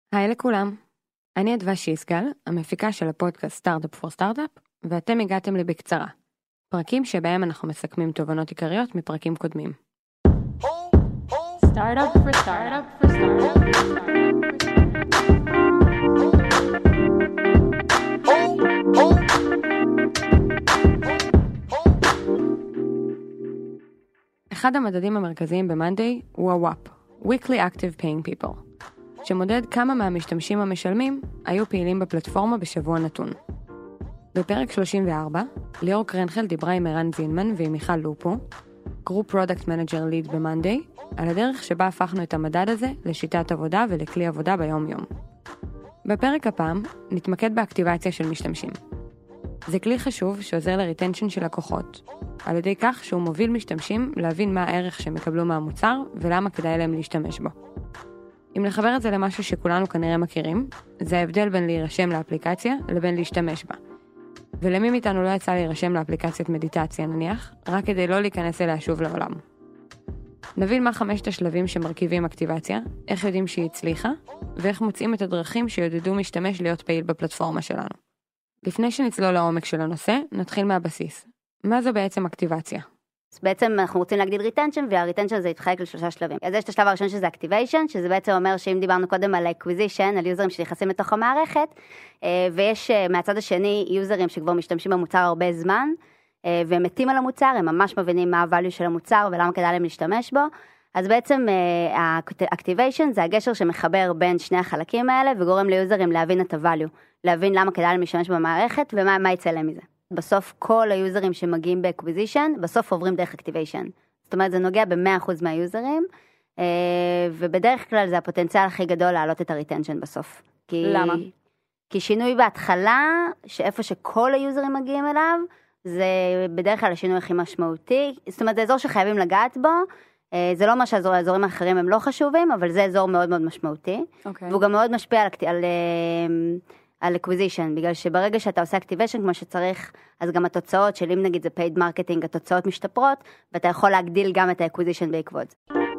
היי לכולם, אני אדווה שיסגל, המפיקה של הפודקאסט סטארט-אפ פור סטארט-אפ, ואתם הגעתם לי בקצרה. פרקים שבהם אנחנו מסכמים תובנות עיקריות מפרקים קודמים. Startup for startup for startup. אחד המדדים המרכזיים במאנדיי הוא ה-WAP, Weekly Active Paying People, שמודד כמה מהמשתמשים המשלמים היו פעילים בפלטפורמה בשבוע נתון. בפרק 34, ליאור קרנחל דיברה עם ערן זינמן ועם מיכל לופו, Group Product Manager Lead במאנדיי, על הדרך שבה הפכנו את המדד הזה לשיטת עבודה ולכלי עבודה ביום-יום. בפרק הפעם נתמקד באקטיבציה של משתמשים. זה כלי חשוב שעוזר לריטנשן של לקוחות, על ידי כך שהוא מוביל משתמשים להבין מה הערך שהם יקבלו מהמוצר ולמה כדאי להם להשתמש בו. אם לחבר את זה למשהו שכולנו כנראה מכירים, זה ההבדל בין להירשם לאפליקציה לבין להשתמש בה. ולמי מאיתנו לא יצא להירשם לאפליקציית מדיטציה נניח, רק כדי לא להיכנס אליה שוב לעולם. נבין מה 5 השלבים שמרכיבים אקטיבציה, איך יודעים שהיא הצליחה, ואיך מוצאים את הדרכים שיודדו משתמש להיות פעיל בפלטפורמה שלנו. לפני שנצלול לעומק של הנושא, נתחיל מהבסיס. מה זו בעצם אקטיבציה? בעצם אנחנו רוצים להגדיל ריטנשן, והריטנשן זה יתחלק ל3 שלבים. אז יש את השלב הראשון שזה אקטיביישן, שזה בעצם אומר שאם דיברנו קודם על אקוויזישן, על יוזרים שנכנסים לתוך המערכת, ויש מהצד השני יוזרים שכבר משתמשים במוצר הרבה זמן, והם מתים על המוצר, הם ממש מבינים מה ה-value של המוצר ולמה כדאי להם להשתמש בו. אז בעצם האקטיביישן זה הגשר שמחבר בין שני החלקים האלה, וגורם ליוזרים להבין את ה-value, להבין למה כדאי להם להשתמש במערכת ומה יצא להם מזה. בסוף כל היוזרים שמגיעים באקוויזישן, בסוף עוברים דרך אקטיביישן. זאת אומרת, זה נוגע ב100% מהיוזרים, ובדרך כלל זה הפוטנציאל הכי גדול להעלות את הריטנשן בסוף. למה? כי שינוי בהתחלה, שאיפה שכל היוזרים מגיעים אליו, זה בדרך כלל השינוי הכי משמעותי. זאת אומרת, זה אזור שחייבים לגעת בו, זה לא מה שהאזורים האחרים הם לא חשובים, אבל זה אזור מאוד מאוד משמעותי. והוא גם מאוד משפיע על אקוויזישן, בגלל שברגע שאתה עושה אקטיביישן כמו שצריך, אז גם התוצאות של אם נגיד זה פייד מרקטינג, התוצאות משתפרות, ואתה יכול להגדיל גם את האקוויזישן בעקבות.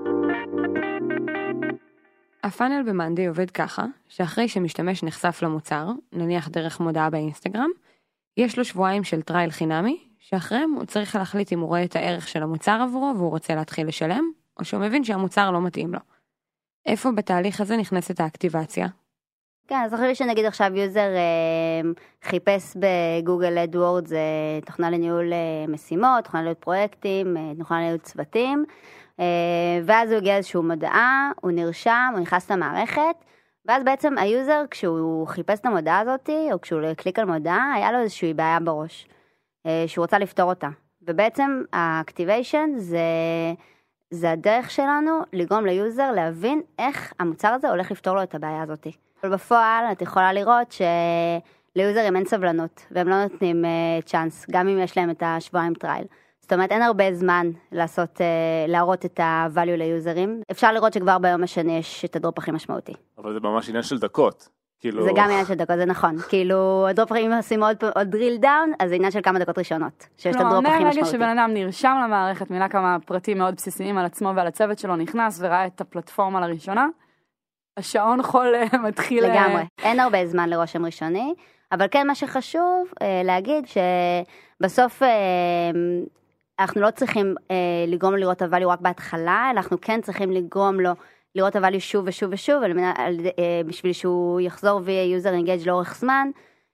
הפאנל במאנדיי עובד ככה, שאחרי שמשתמש נחשף למוצר, נניח דרך מודעה באינסטגרם, יש לו שבועיים של טרייל חינמי, שאחריהם הוא צריך להחליט אם הוא רואה את הערך של המוצר עבורו, והוא רוצה להתחיל לשלם, או שהוא מבין שהמוצר לא מתאים לו. איפה בתהליך הזה נכנסת האקטיבציה? כן, אז אחרי שנגיד עכשיו יוזר חיפש בגוגל אדוורדס תוכנה לניהול משימות, תוכנה לניהול פרויקטים, תוכנה לניהול צוותים, ואז הוא הגיע איזשהו מודעה, הוא נרשם, הוא נכנס למערכת, ואז בעצם היוזר כשהוא חיפש את המודעה הזאת, או כשהוא קליק על מודעה, היה לו איזושהי בעיה בראש, שהוא רוצה לפתור אותה. ובעצם האקטיביישן זה הדרך שלנו לגרום ליוזר להבין איך המוצר הזה הולך לפתור לו את הבעיה הזאת. אבל בפועל את יכולה לראות שליוזרים אין סבלנות, והם לא נותנים צ'אנס, גם אם יש להם את השבועיים טרייל. זאת אומרת, אין הרבה זמן להראות את ה-value ליוזרים. אפשר לראות שכבר ביום השני יש את הדרופ הכי משמעותי. אבל זה ממש עניין של דקות. זה גם עניין של דקות, זה נכון. כאילו, הדרופ הכי עושים עוד drill down, אז זה עניין של כמה דקות ראשונות, שיש את הדרופ הכי משמעותי. מהרגע שבן אדם נרשם למערכת, מילה כמה פרטים מאוד בסיסיים על עצמו ועל הצוות שלו, נכנס וראה את הפלטפורמה לראשונה, השעון חול מתחיל... לגמרי, אין הרבה זמן לרושם ראשוני, אבל כן מה שחשוב להגיד שבסוף אנחנו לא צריכים לגרום לו לראות הvalue רק בהתחלה, אנחנו כן צריכים לגרום לו לראות הvalue שוב ושוב ושוב, בשביל שהוא יחזור ויהיה user engage לאורך זמן,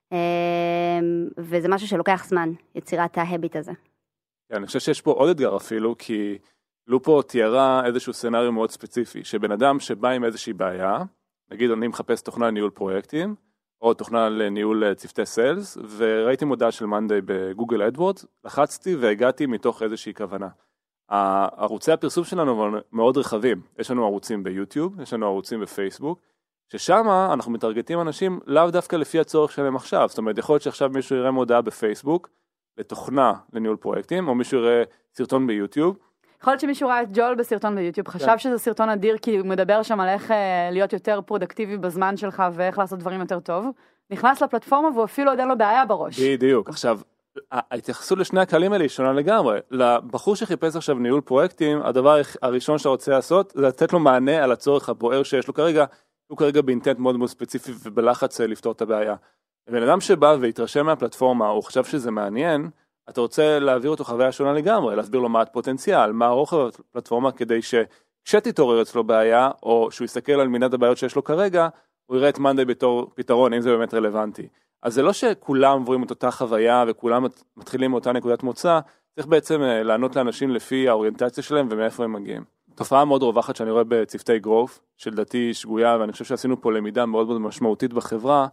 וזה משהו שלוקח זמן, יצירת ההביט הזה. אני חושב שיש פה עוד אתגר אפילו, כי לופו תיארה איזשהו סנריו מאוד ספציפי, שבן אדם שבא עם איזושהי בעיה, נגיד אני מחפש תוכנה לניהול פרויקטים, או תוכנה לניהול צוותי סיילס, וראיתי מודעה של מאנדיי בגוגל אדוורדס, לחצתי והגעתי מתוך איזושהי כוונה. ערוצי הפרסום שלנו מאוד רחבים, יש לנו ערוצים ביוטיוב, יש לנו ערוצים בפייסבוק, ששם אנחנו מטרגטים אנשים לאו דווקא לפי הצורך שלהם עכשיו, זאת אומרת יכול להיות שעכשיו מישהו יראה מודעה בפייסבוק, לתוכנה לניהול פרויקטים, או מישהו יראה סרטון ביוטיוב, יכול להיות שמישהו ראה את ג'ול בסרטון ביוטיוב, חשב שזה סרטון אדיר, כי הוא מדבר שם על איך להיות יותר פרודקטיבי בזמן שלך, ואיך לעשות דברים יותר טוב. נכנס לפלטפורמה, והוא אפילו עוד אין לו בעיה בראש. בדיוק. עכשיו, ההתייחסות לשני הכלים האלה היא שונה לגמרי. לבחור שחיפש עכשיו ניהול פרויקטים, הדבר הראשון שאתה רוצה לעשות, זה לתת לו מענה על הצורך הבוער שיש לו כרגע, הוא כרגע באינטנט מאוד מאוד ספציפי ובלחץ לפתור את הבעיה. בן אדם שבא והתרשם מהפלטפורמה, הוא חשב שזה מעניין, אתה רוצה להעביר אותו חוויה שונה לגמרי, להסביר לו מה הפוטנציאל, מה הרוחב הפלטפורמה, כדי שכשתתעורר אצלו בעיה, או שהוא יסתכל על מנעד הבעיות שיש לו כרגע, הוא יראה את מאנדיי בתור פתרון, אם זה באמת רלוונטי. אז זה לא שכולם עוברים את אותה חוויה, וכולם מתחילים מאותה נקודת מוצא, צריך בעצם לענות לאנשים לפי האוריינטציה שלהם, ומאיפה הם מגיעים. תופעה מאוד רווחת שאני רואה בצוותי growth, שלדעתי שגויה, ואני חושב שעשינו פה למידה מאוד מאוד משמעותית בחברה,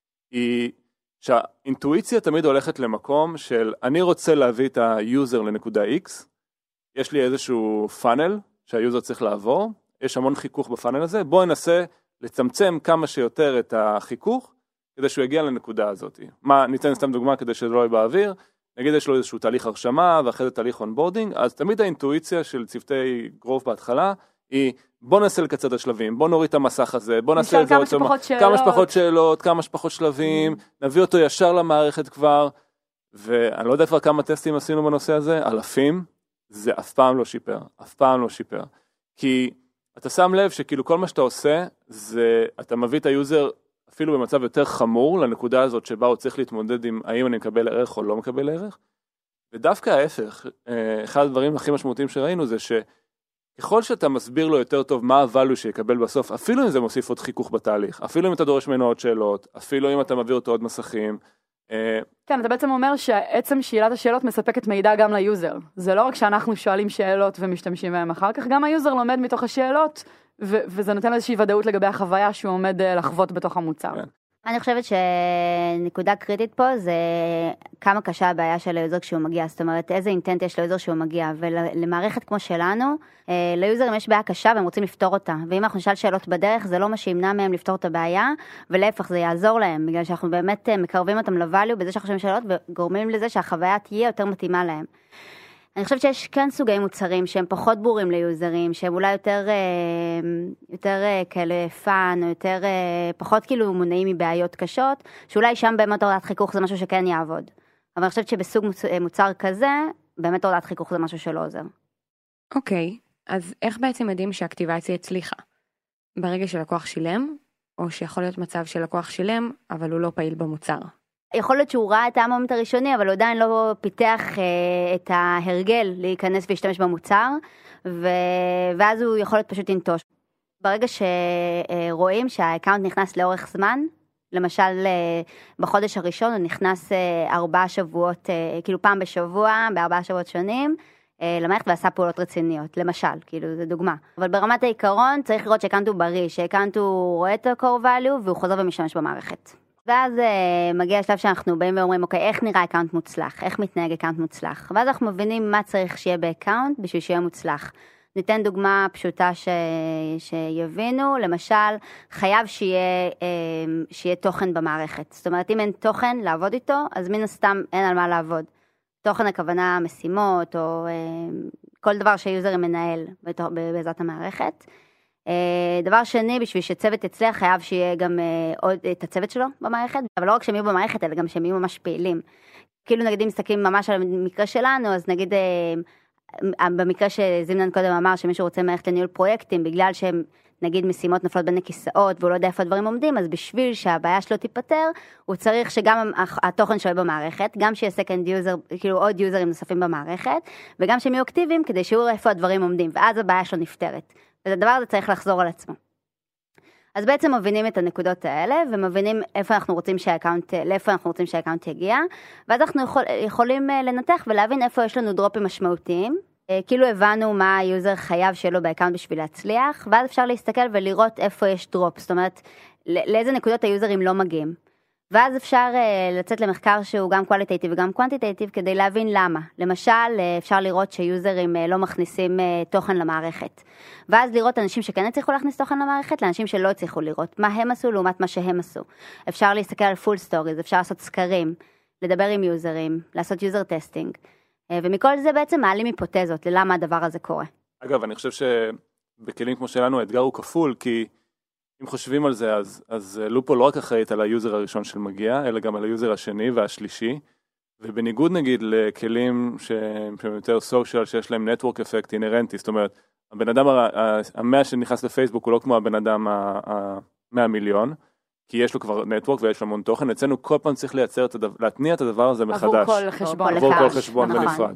היא שהאינטואיציה תמיד הולכת למקום של אני רוצה להביא את היוזר לנקודה X, יש לי איזשהו פאנל שהיוזר צריך לעבור, יש המון חיכוך בפאנל הזה, בואו ננסה לצמצם כמה שיותר את החיכוך, כדי שהוא יגיע לנקודה הזאת. ניתן סתם דוגמה כדי שזה לא יהיה באוויר, נגיד יש לו איזשהו תהליך הרשמה, ואחרי זה תהליך אונבורדינג, אז תמיד האינטואיציה של צוותי growth בהתחלה, היא בוא ננסה לקצר את השלבים, בוא נוריד את המסך הזה, בוא ננסה את זה כמה שפחות שאלות, כמה שפחות שלבים, נביא אותו ישר למערכת כבר, ואני לא יודע כבר כמה טסטים עשינו בנושא הזה, אלפים, זה אף פעם לא שיפר, אף פעם לא שיפר. כי אתה שם לב שכאילו כל מה שאתה עושה, זה אתה מביא את היוזר אפילו במצב יותר חמור, לנקודה הזאת שבה הוא צריך להתמודד עם האם אני מקבל ערך או לא מקבל ערך, ודווקא ההפך, אחד הדברים הכי משמעותיים שראינו זה ככל שאתה מסביר לו יותר טוב מה הvalue שיקבל בסוף, אפילו אם זה מוסיף עוד חיכוך בתהליך, אפילו אם אתה דורש ממנו עוד שאלות, אפילו אם אתה מביא אותו עוד מסכים. כן, אתה בעצם אומר שעצם שאלת השאלות מספקת מידע גם ליוזר. זה לא רק שאנחנו שואלים שאלות ומשתמשים בהם אחר כך, גם היוזר לומד מתוך השאלות, וזה נותן איזושהי ודאות לגבי החוויה שהוא עומד לחוות בתוך המוצר. כן. אני חושבת שנקודה קריטית פה זה כמה קשה הבעיה של היוזר כשהוא מגיע, זאת אומרת איזה אינטנט יש ליוזר שהוא מגיע, ולמערכת כמו שלנו, ליוזרים יש בעיה קשה והם רוצים לפתור אותה, ואם אנחנו נשאל שאלות בדרך זה לא מה שימנע מהם לפתור את הבעיה, ולהפך זה יעזור להם, בגלל שאנחנו באמת מקרבים אותם לvalue בזה שאנחנו שואלים שאלות וגורמים לזה שהחוויה תהיה יותר מתאימה להם. אני חושבת שיש כן סוגי מוצרים שהם פחות ברורים ליוזרים, שהם אולי יותר כאלה פאן, או יותר פחות כאילו מונעים מבעיות קשות, שאולי שם באמת הורדת חיכוך זה משהו שכן יעבוד. אבל אני חושבת שבסוג מוצר כזה, באמת הורדת חיכוך זה משהו שלא עוזר. אוקיי, אז איך בעצם יודעים שהאקטיבציה הצליחה? ברגע שלקוח שילם, או שיכול להיות מצב שלקוח שילם, אבל הוא לא פעיל במוצר? יכול להיות שהוא ראה את המומנט הראשוני, אבל הוא עדיין לא פיתח את ההרגל להיכנס ולהשתמש במוצר, ואז הוא יכול להיות פשוט לנטוש. ברגע שרואים שהאקאונט נכנס לאורך זמן, למשל בחודש הראשון הוא נכנס 4 שבועות, כאילו פעם בשבוע, ב4 שבועות שונים, למערכת ועשה פעולות רציניות, למשל, כאילו זה דוגמה. אבל ברמת העיקרון צריך לראות שהאקאונט הוא בריא, שהאקאונט הוא רואה את ה-core value והוא חוזר ומשתמש במערכת. ואז מגיע השלב שאנחנו באים ואומרים, אוקיי, איך נראה אקאונט מוצלח? איך מתנהג אקאונט מוצלח? ואז אנחנו מבינים מה צריך שיהיה באקאונט בשביל שיהיה מוצלח. ניתן דוגמה פשוטה שיבינו, למשל, חייב שיהיה תוכן במערכת. זאת אומרת, אם אין תוכן לעבוד איתו, אז מן הסתם אין על מה לעבוד. תוכן הכוונה משימות, או כל דבר שהיוזר מנהל בעזרת המערכת. דבר שני, בשביל שצוות יצליח, חייב שיהיה גם עוד את הצוות שלו במערכת, אבל לא רק שהם יהיו במערכת, אלא גם שהם יהיו ממש פעילים. כאילו נגיד אם מסתכלים ממש על המקרה שלנו, אז נגיד במקרה שזימנן קודם אמר שמישהו רוצה מערכת לניהול פרויקטים, בגלל שהם נגיד משימות נופלות בין הכיסאות, והוא לא יודע איפה הדברים עומדים, אז בשביל שהבעיה שלו תיפטר, הוא צריך שגם התוכן שלו במערכת, גם שיהיה second user, כאילו עוד יוזרים נוספים במערכת, וגם שהם יהיו אקטיביים כדי שיראו איפה הדברים עומדים, ואז הבעיה שלו נפטרת. והדבר הזה צריך לחזור על עצמו. אז בעצם מבינים את הנקודות האלה, ומבינים לאיפה אנחנו רוצים שהאקאונט יגיע, ואז אנחנו יכולים לנתח ולהבין איפה יש לנו דרופים משמעותיים, כאילו הבנו מה היוזר חייב שיהיה לו באקאונט בשביל להצליח, ואז אפשר להסתכל ולראות איפה יש דרופ, זאת אומרת, לאיזה נקודות היוזרים לא מגיעים. ואז אפשר לצאת למחקר שהוא גם קואליטייטיב וגם קוונטיטייטיב כדי להבין למה. למשל, אפשר לראות שיוזרים לא מכניסים תוכן למערכת. ואז לראות אנשים שכן הצליחו להכניס תוכן למערכת, לאנשים שלא הצליחו לראות מה הם עשו לעומת מה שהם עשו. אפשר להסתכל על פול סטוריז, אפשר לעשות סקרים, לדבר עם יוזרים, לעשות יוזר טסטינג. ומכל זה בעצם מעלים היפותזות ללמה הדבר הזה קורה. אגב, אני חושב שבכלים כמו שלנו האתגר הוא כפול, כי אם חושבים על זה, אז לופו לא רק אחראית על היוזר הראשון של מגיע, אלא גם על היוזר השני והשלישי, ובניגוד נגיד לכלים שהם יותר סושיאל, שיש להם נטוורק אפקט אינרנטי, זאת אומרת, הבן אדם המאה שנכנס לפייסבוק הוא לא כמו הבן אדם 100 מיליון, כי יש לו כבר נטוורק ויש לו המון תוכן, אצלנו כל פעם צריך להתניע את הדבר הזה מחדש. עבור כל חשבון. עבור כל חשבון נכון. בנפרד.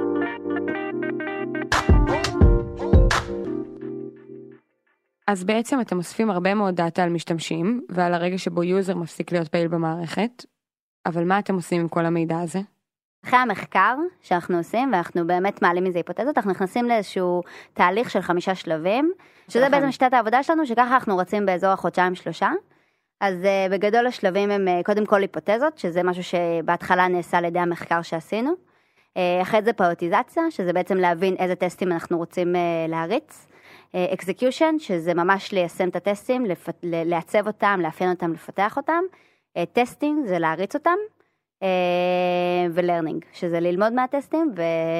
אז בעצם אתם אוספים הרבה מאוד דאטה על משתמשים, ועל הרגע שבו יוזר מפסיק להיות פעיל במערכת, אבל מה אתם עושים עם כל המידע הזה? אחרי המחקר שאנחנו עושים, ואנחנו באמת מעלים מזה היפותזות, אנחנו נכנסים לאיזשהו תהליך של 5 שלבים, שזה בעצם שיטת העבודה שלנו, שככה אנחנו רצים באזור החודשיים-3. אז בגדול השלבים הם קודם כל היפותזות, שזה משהו שבהתחלה נעשה על ידי המחקר שעשינו. אחרי זה פריוריטיזציה, שזה בעצם להבין איזה טסטים אנחנו רוצים להריץ. execution, שזה ממש ליישם את הטסטים, לעצב אותם, לאפיין אותם, לפתח אותם. טסטינג, זה להריץ אותם. ולרנינג, שזה ללמוד מהטסטים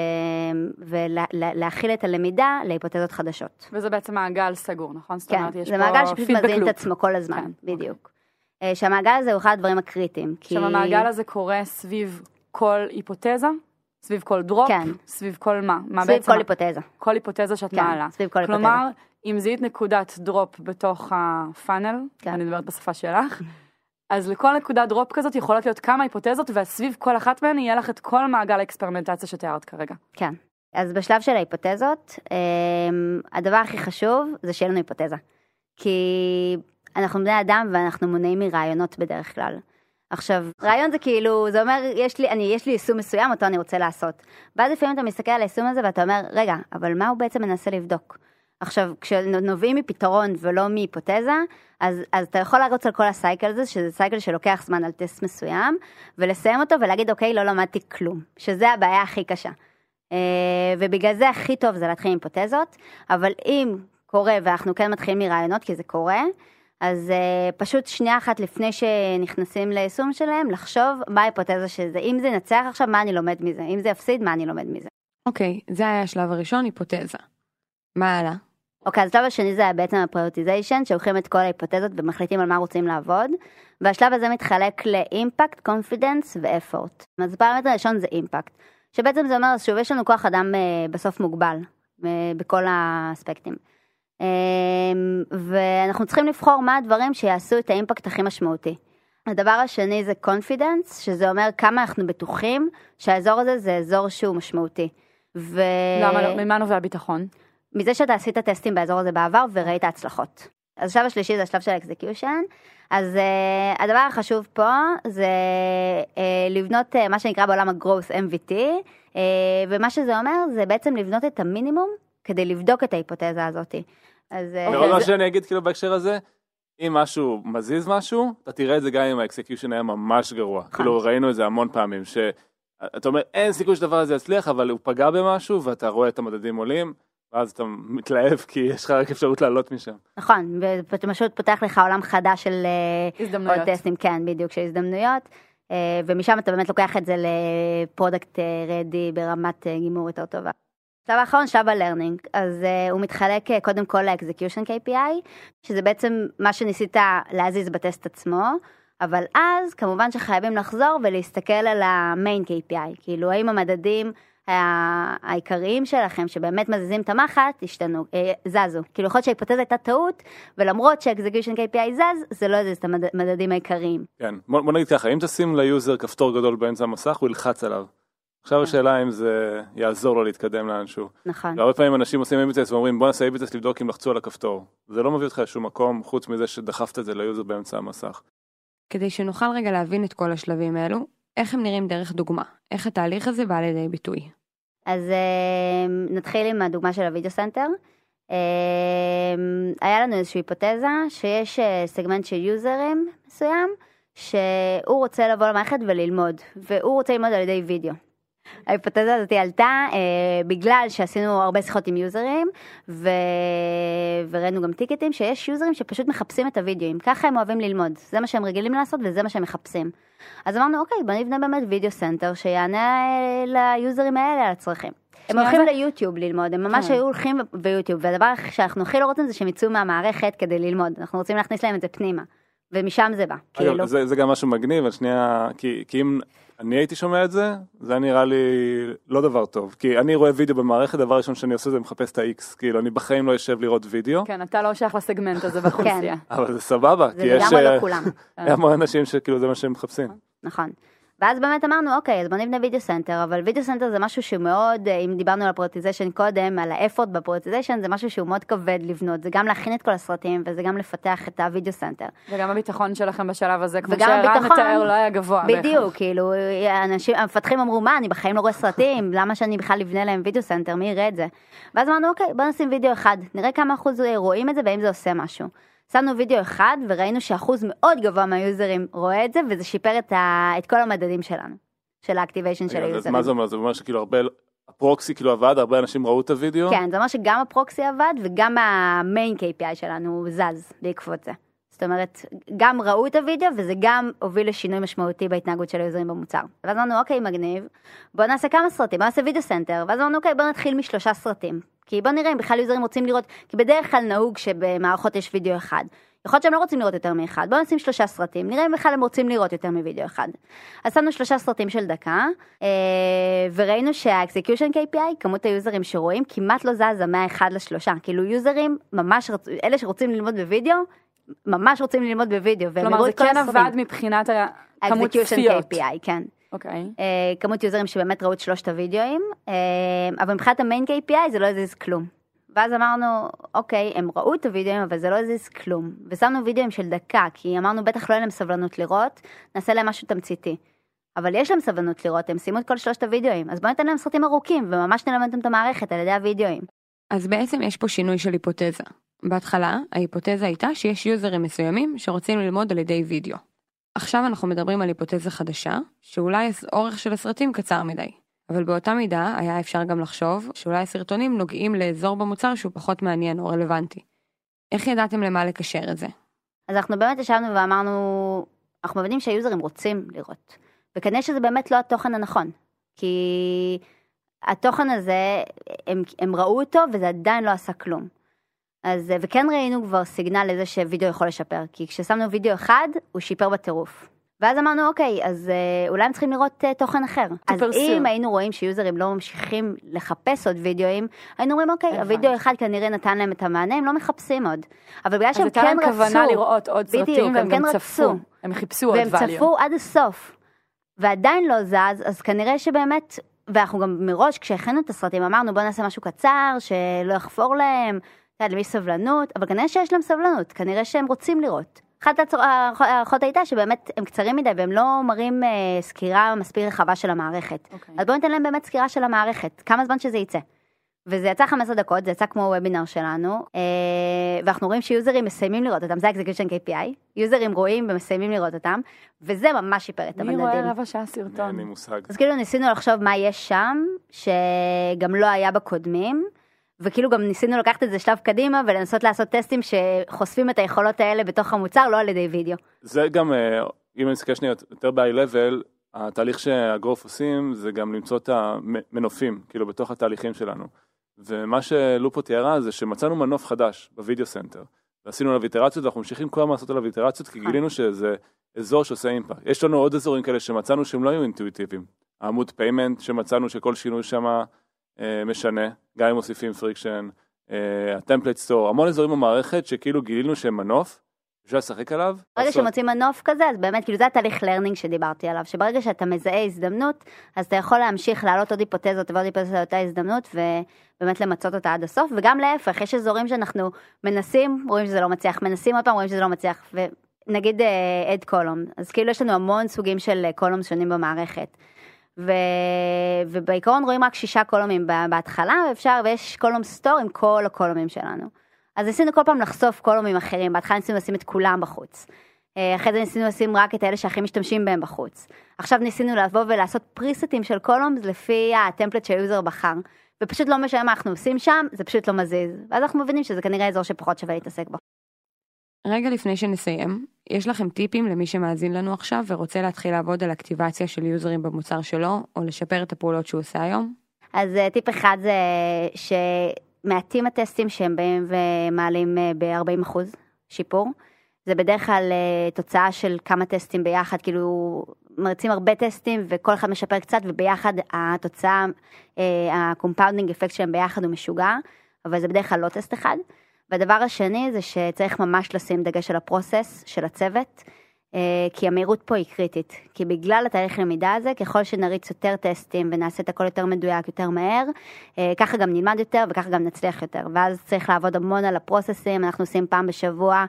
ולהכיל את הלמידה להיפותזות חדשות. וזה בעצם מעגל סגור, נכון? כן, זה מעגל שפשוט מזין את עצמו כל הזמן, בדיוק. שהמעגל הזה הוא אחד הדברים הקריטיים. שהמעגל הזה קורה סביב כל היפותזה? סביב כל דרופ? כן. סביב כל מה? סביב כל היפותזה. כל היפותזה שאת מעלה. סביב כל היפותזה. כלומר, אם זיהית נקודת דרופ בתוך הפאנל, אני מדברת בשפה שלך, אז לכל נקודת דרופ כזאת יכולות להיות כמה היפותזות, וסביב כל אחת מהן יהיה לך את כל מעגל האקספרימנטציה שתיארת כרגע. כן. אז בשלב של ההיפותזות, הדבר הכי חשוב זה שיהיה לנו היפותזה. כי אנחנו בני אדם ואנחנו מונעים מרעיונות בדרך כלל. עכשיו, רעיון זה כאילו, זה אומר, יש לי יישום מסוים, אותו אני רוצה לעשות. ואז לפעמים אתה מסתכל על היישום הזה ואתה אומר, רגע, אבל מה הוא בעצם מנסה לבדוק? עכשיו, כשנובעים מפתרון ולא מהיפותזה, אז אתה יכול לרוץ על כל הסייקל הזה, שזה סייקל שלוקח זמן על טסט מסוים, ולסיים אותו ולהגיד, אוקיי, לא למדתי כלום, שזה הבעיה הכי קשה. ובגלל זה הכי טוב זה להתחיל עם היפותזות, אבל אם קורה, ואנחנו כן מתחילים מרעיונות, כי זה קורה, אז פשוט שנייה אחת לפני שנכנסים ליישום שלהם, לחשוב מה ההיפותזה שזה. אם זה נצח עכשיו, מה אני לומד מזה? אם זה יפסיד, מה אני לומד מזה? אוקיי, זה היה השלב הראשון, היפותזה. מה הלאה? אוקיי, אז השלב השני זה בעצם הפריוריטיזיישן, שלוקחים את כל ההיפותזות ומחליטים על מה רוצים לעבוד, והשלב הזה מתחלק לאימפקט, קונפידנס ואפורט. אז הפרמטר הראשון זה אימפקט, שבעצם זה אומר, שוב, יש לנו כוח אדם בסוף מוגבל, בכל האספקטים. ואנחנו צריכים לבחור מה הדברים שיעשו את האימפקט הכי משמעותי. הדבר השני זה קונפידנס, שזה אומר כמה אנחנו בטוחים שהאזור הזה זה אזור שהוא משמעותי. למה? ממה נובע ביטחון? מזה שאתה עשית טסטים באזור הזה בעבר וראית הצלחות. אז השלב השלישי זה השלב של האקזקיושן. אז הדבר החשוב פה זה לבנות מה שנקרא בעולם ה-Growth MVT, ומה שזה אומר זה בעצם לבנות את המינימום כדי לבדוק את ההיפותזה הזאת. ועוד מה שאני אגיד כאילו בהקשר הזה, אם משהו מזיז משהו, אתה תראה את זה גם אם האקזקיושן היה ממש גרוע. כאילו ראינו את זה המון פעמים, שאתה אומר אין סיכוי שדבר הזה יצליח, אבל הוא פגע במשהו ואתה רואה את המדדים עולים, ואז אתה מתלהב כי יש לך רק אפשרות לעלות משם. נכון, ואתה פשוט פותח לך עולם חדש של הזדמנויות. עוד טסטים, כן, בדיוק, של הזדמנויות, ומשם אתה באמת לוקח את זה לפרודקט רדי ברמת גימור יותר טובה. שלב האחרון, שלב הלרנינג, אז הוא מתחלק קודם כל ל-Execution KPI, שזה בעצם מה שניסית להזיז בטסט עצמו, אבל אז כמובן שחייבים לחזור ולהסתכל על ה-Main KPI, כאילו האם המדדים העיקריים שלכם שבאמת מזיזים את המחט, השתנו, זזו. כאילו יכול להיות שההיפותזה הייתה טעות, ולמרות שה-Execution KPI זז, זה לא יזיז את המדדים העיקריים. כן, בוא נגיד ככה, אם תשים ליוזר כפתור גדול באמצע המסך, הוא ילחץ עליו. עכשיו השאלה אם זה יעזור לו להתקדם לאנשהו. נכון. והרבה פעמים אנשים עושים איביטס ואומרים בוא נעשה איביטס לבדוק אם לחצו על הכפתור. זה לא מביא אותך לשום מקום חוץ מזה שדחפת את זה ליוזר באמצע המסך. כדי שנוכל רגע להבין את כל השלבים האלו, איך הם נראים דרך דוגמה? איך התהליך הזה בא לידי ביטוי? אז נתחיל עם הדוגמה של הוידאו סנטר. היה לנו איזושהי היפותזה שיש סגמנט של יוזרים מסוים, שהוא רוצה לבוא למערכת וללמוד, והוא רוצה ללמוד על ידי וידאו. ההיפותזה הזאת עלתה בגלל שעשינו הרבה שיחות עם יוזרים, וראינו גם טיקטים שיש יוזרים שפשוט מחפשים את הוידאוים, ככה הם אוהבים ללמוד, זה מה שהם רגילים לעשות וזה מה שהם מחפשים. אז אמרנו אוקיי, בוא נבנה באמת וידאו סנטר שיענה ליוזרים האלה על הצרכים. הם הולכים ליוטיוב ללמוד, הם ממש היו הולכים ביוטיוב, והדבר שאנחנו הכי לא רוצים זה שהם יצאו מהמערכת כדי ללמוד, אנחנו רוצים להכניס להם את זה פנימה. ומשם זה בא. כאילו. זה גם משהו מגניב, השנייה, כי אם אני הייתי שומע את זה, זה נראה לי לא דבר טוב. כי אני רואה וידאו במערכת, דבר ראשון שאני עושה זה מחפש את ה-X. כאילו, אני בחיים לא יושב לראות וידאו. כן, אתה לא שייך לסגמנט הזה באוכלוסייה. אבל זה סבבה, כי יש... זה גם לא כולם. המון אנשים שכאילו זה מה שהם מחפשים. נכון. ואז באמת אמרנו, אוקיי, אז בוא נבנה וידאו סנטר, אבל וידאו סנטר זה משהו שהוא מאוד, אם דיברנו על הפרוטיזיישן קודם, על האפורט בפרוטיזיישן, זה משהו שהוא מאוד כבד לבנות, זה גם להכין את כל הסרטים, וזה גם לפתח את הוידאו סנטר. וגם הביטחון שלכם בשלב הזה, כמו שרן מתאר, לא היה גבוה. בדיוק, כאילו, המפתחים אמרו, מה, אני בחיים לא רואה סרטים, למה שאני בכלל לבנה להם וידאו סנטר, מי יראה את זה? ואז אמרנו, אוקיי, בוא נשים וידאו אחד, נראה כמה אחוז רואים את זה, ואם זה עושה משהו. שמנו וידאו אחד, וראינו שאחוז מאוד גבוה מהיוזרים רואה את זה, וזה שיפר את כל המדדים שלנו, של האקטיביישן של היוזרים. מה זה אומר? זה אומר שכאילו הרבה, הפרוקסי כאילו עבד, הרבה אנשים ראו את הוידאו? כן, זה אומר שגם הפרוקסי עבד, וגם המיין KPI שלנו זז בעקבות זה. זאת אומרת, גם ראו את הוידאו, וזה גם הוביל לשינוי משמעותי בהתנהגות של היוזרים במוצר. ואז אמרנו, אוקיי, מגניב, בוא נעשה כמה סרטים, בוא נעשה וידאו סנטר, ואז אמרנו, אוקיי, בוא נתחיל מ3 סרטים. כי בוא נראה אם בכלל יוזרים רוצים לראות, כי בדרך כלל נהוג שבמערכות יש וידאו אחד. יכול להיות שהם לא רוצים לראות יותר מאחד, בואו נשים 3 סרטים, נראה אם בכלל הם רוצים לראות יותר מוידאו אחד. אז שמנו 3 סרטים של דקה, וראינו שה-execution KPI, כמות היוזרים שרואים, כמעט לא זזה מה-1 ל3, כאילו יוזרים ממש, אלה שרוצים ללמוד בוידאו, ממש רוצים ללמוד בוידאו. כלומר, זה כן עבד מבחינת כמות צפיות. KPI, כן. אוקיי. כמות יוזרים שבאמת ראו את 3 הוידאוים, אבל מבחינת המיין KPI זה לא הזיז כלום. ואז אמרנו, אוקיי, הם ראו את הוידאוים, אבל זה לא הזיז כלום. ושמנו וידאוים של דקה, כי אמרנו, בטח לא אין להם סבלנות לראות, נעשה להם משהו תמציתי. אבל יש להם סבלנות לראות, הם שימו את כל 3 הוידאוים, אז בואו ניתן להם סרטים ארוכים, וממש נלמד את המערכת על ידי הוידאוים. אז בעצם יש פה שינוי של היפותזה. בהתחלה, ההיפותזה הייתה שיש יוזרים מסוימים שרוצים ללמוד על ידי וידאו. עכשיו אנחנו מדברים על היפותזה חדשה, שאולי האורך של הסרטים קצר מדי. אבל באותה מידה היה אפשר גם לחשוב שאולי הסרטונים נוגעים לאזור במוצר שהוא פחות מעניין או רלוונטי. איך ידעתם למה לקשר את זה? אז אנחנו באמת ישבנו ואמרנו, אנחנו מבינים שהיוזרים רוצים לראות. וכנראה שזה באמת לא התוכן הנכון. כי התוכן הזה, הם ראו אותו וזה עדיין לא עשה כלום. אז, וכן ראינו כבר סיגנל לזה שווידאו יכול לשפר. כי כששמנו וידאו אחד, הוא שיפר בטירוף. ואז אמרנו, אוקיי, אז אולי הם צריכים לראות תוכן אחר. אז אם היינו רואים שיוזרים לא ממשיכים לחפש עוד וידאוים, היינו אומרים, אוקיי, הוידאו אחד כנראה נתן להם את המענה, הם לא מחפשים עוד. אבל בגלל שהם כן רצו, כוונה לראות עוד סרטים, והם גם צפו. הם חיפשו עוד value. והם צפו עד הסוף. ועדיין לא זז, אז כנראה שבאמת, ואנחנו גם מראש, כשהכנו את הסרטים, אמרנו, בוא נעשה משהו קצר, שלא יחפור להם, למי סבלנות, אבל כנראה שיש להם סבלנות, כנראה שהם רוצים לראות. אחת הערכות הייתה שבאמת הם קצרים מדי, והם לא מראים סקירה מספיק רחבה של המערכת. אז בואו ניתן להם באמת סקירה של המערכת, כמה זמן שזה יצא. וזה יצא 15 דקות, זה יצא כמו וובינר שלנו, ואנחנו רואים שיוזרים מסיימים לראות אותם, זה execution KPI, יוזרים רואים ומסיימים לראות אותם, וזה ממש שיפר את המדדים. מי רואה רבע שעה סרטון? אין לי מושג. אז כאילו ניסינו לחשוב מה יש שם, שגם לא היה בקודמים, וכאילו גם ניסינו לקחת את זה שלב קדימה, ולנסות לעשות טסטים שחושפים את היכולות האלה בתוך המוצר, לא על ידי וידאו. זה גם, אם אני מסתכל שנייה יותר ב-high-level, התהליך שהגרוף עושים, זה גם למצוא את המנופים, כאילו בתוך התהליכים שלנו. ומה שלופו תיארה זה שמצאנו מנוף חדש בווידאו סנטר. ועשינו עליו איטרציות, ואנחנו ממשיכים כל הזמן לעשות עליו איטרציות, כי גילינו שזה אזור שעושה אימפקט. יש לנו עוד אזורים כאלה שמצאנו שהם לא היו אינטואיטיביים. העמוד פיימנט שמצאנו שכל שינוי שם משנה, גם אם מוסיפים פריקשן, הטמפלייט סטור, המון אזורים במערכת שכאילו גילינו שהם מנוף, אפשר לשחק עליו. ברגע שמוצאים מנוף כזה, אז באמת, כאילו זה התהליך לרנינג שדיברתי עליו, שברגע שאתה מזהה הזדמנות, אז אתה יכול להמשיך לעלות עוד היפותזות ועוד היפותזות על אותה הזדמנות, ובאמת למצות אותה עד הסוף, וגם להפך, יש אזורים שאנחנו מנסים, רואים שזה לא מצליח, מנסים עוד פעם, רואים שזה לא מצליח, ונגיד אד קולום, אז כאילו יש לנו המון סוגים של קולום שונים במערכת, ובעיקרון רואים רק 6 קולומים בהתחלה, ויש קולום סטור עם כל הקולומים שלנו. אז ניסינו כל פעם לחשוף קולומים אחרים, בהתחלה ניסינו לשים את כולם בחוץ. אחרי זה ניסינו לשים רק את האלה שהכי משתמשים בהם בחוץ. עכשיו ניסינו לבוא ולעשות פריסטים של קולומס לפי הטמפלט שהיוזר בחר. ופשוט לא משנה מה אנחנו עושים שם, זה פשוט לא מזיז. ואז אנחנו מבינים שזה כנראה אזור שפחות שווה להתעסק בו. רגע לפני שנסיים, יש לכם טיפים למי שמאזין לנו עכשיו ורוצה להתחיל לעבוד על אקטיבציה של יוזרים במוצר שלו, או לשפר את הפעולות שהוא עושה היום? אז טיפ אחד זה שמעטים הטסטים שהם באים ומעלים ב-40% שיפור. זה בדרך כלל תוצאה של כמה טסטים ביחד, כאילו מרצים הרבה טסטים וכל אחד משפר קצת, וביחד התוצאה, ה-compounding effect שלהם ביחד הוא משוגע, אבל זה בדרך כלל לא טסט אחד. והדבר השני זה שצריך ממש לשים דגש על הפרוסס של הצוות, כי המהירות פה היא קריטית, כי בגלל התהליך למידה הזה, ככל שנריץ יותר טסטים ונעשה את הכל יותר מדויק, יותר מהר, ככה גם נלמד יותר וככה גם נצליח יותר, ואז צריך לעבוד המון על הפרוססים, אנחנו עושים פעם בשבוע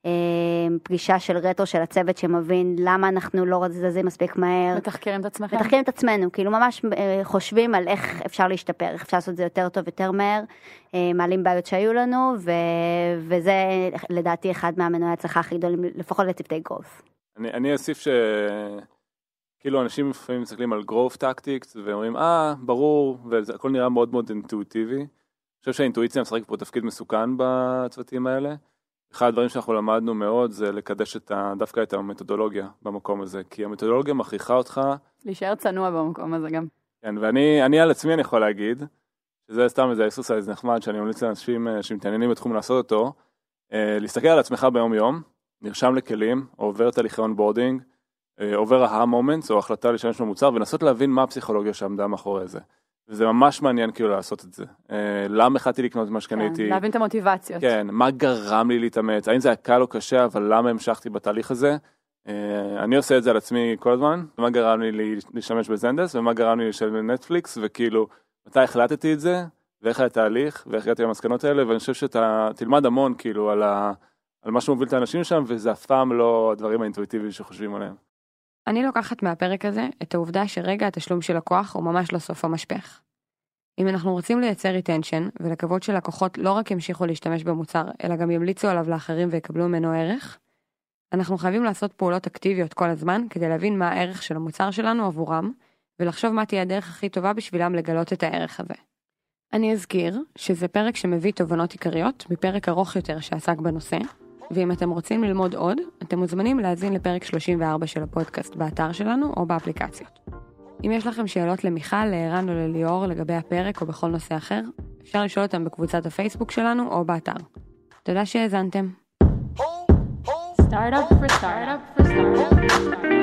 פגישה של רטרו של הצוות שמבין למה אנחנו לא זזים מספיק מהר. מתחקרים את עצמכם? מתחקרים את עצמנו, כאילו ממש חושבים על איך אפשר להשתפר, איך אפשר לעשות את זה יותר טוב, יותר מהר, מעלים בעיות שהיו לנו, וזה לדעתי אחד מהמנועי הצלחה הכי גדולים, לפחות לצוותי growth. אני אוסיף כאילו אנשים לפעמים מסתכלים על growth tactics, ואומרים, ברור, והכל נראה מאוד מאוד אינטואיטיבי. אני חושב שהאינטואיציה משחק פה תפקיד מסוכן בצוותים האלה. אחד הדברים שאנחנו למדנו מאוד זה לקדש דווקא את המתודולוגיה במקום הזה, כי המתודולוגיה מכריחה אותך להישאר צנוע במקום הזה גם. כן, ואני על עצמי אני יכול להגיד, שזה סתם איזה אקסרסייז נחמד שאני ממליץ לאנשים שמתעניינים בתחום לעשות אותו, להסתכל על עצמך ביום יום, נרשם לכלים, עובר תהליכי אונבורדינג, עובר ההמומנטס או החלטה להשתמש במוצר, ונסות להבין מה הפסיכולוגיה שעמדה מאחורי זה. וזה ממש מעניין כאילו לעשות את זה. למה החלטתי לקנות מה שקניתי? כן, להבין את המוטיבציות. כן, מה גרם לי להתאמץ? האם זה היה קל או קשה, אבל למה המשכתי בתהליך הזה? אני עושה את זה על עצמי כל הזמן, ומה גרם לי להשתמש בזנדס, ומה גרם לי להשתמש בנטפליקס, וכאילו, מתי החלטתי את זה, ואיך היה התהליך, ואיך הגעתי למסקנות האלה, ואני חושב שאתה תלמד המון כאילו על מה שמוביל את האנשים שם, וזה אף פעם לא הדברים האינטואיטיביים שחושבים עליהם. אני לוקחת מהפרק הזה את העובדה שרגע התשלום של לקוח הוא ממש לא סוף המשפך. אם אנחנו רוצים לייצר ריטנשן ולקוות שלקוחות לא רק ימשיכו להשתמש במוצר, אלא גם ימליצו עליו לאחרים ויקבלו ממנו ערך, אנחנו חייבים לעשות פעולות אקטיביות כל הזמן כדי להבין מה הערך של המוצר שלנו עבורם, ולחשוב מה תהיה הדרך הכי טובה בשבילם לגלות את הערך הזה. אני אזכיר שזה פרק שמביא תובנות עיקריות מפרק ארוך יותר שעסק בנושא, ואם אתם רוצים ללמוד עוד, אתם מוזמנים להאזין לפרק 34 של הפודקאסט באתר שלנו או באפליקציות. אם יש לכם שאלות למיכל, לערן או לליאור לגבי הפרק או בכל נושא אחר, אפשר לשאול אותם בקבוצת הפייסבוק שלנו או באתר. תודה שהאזנתם. Startup for startup for startup.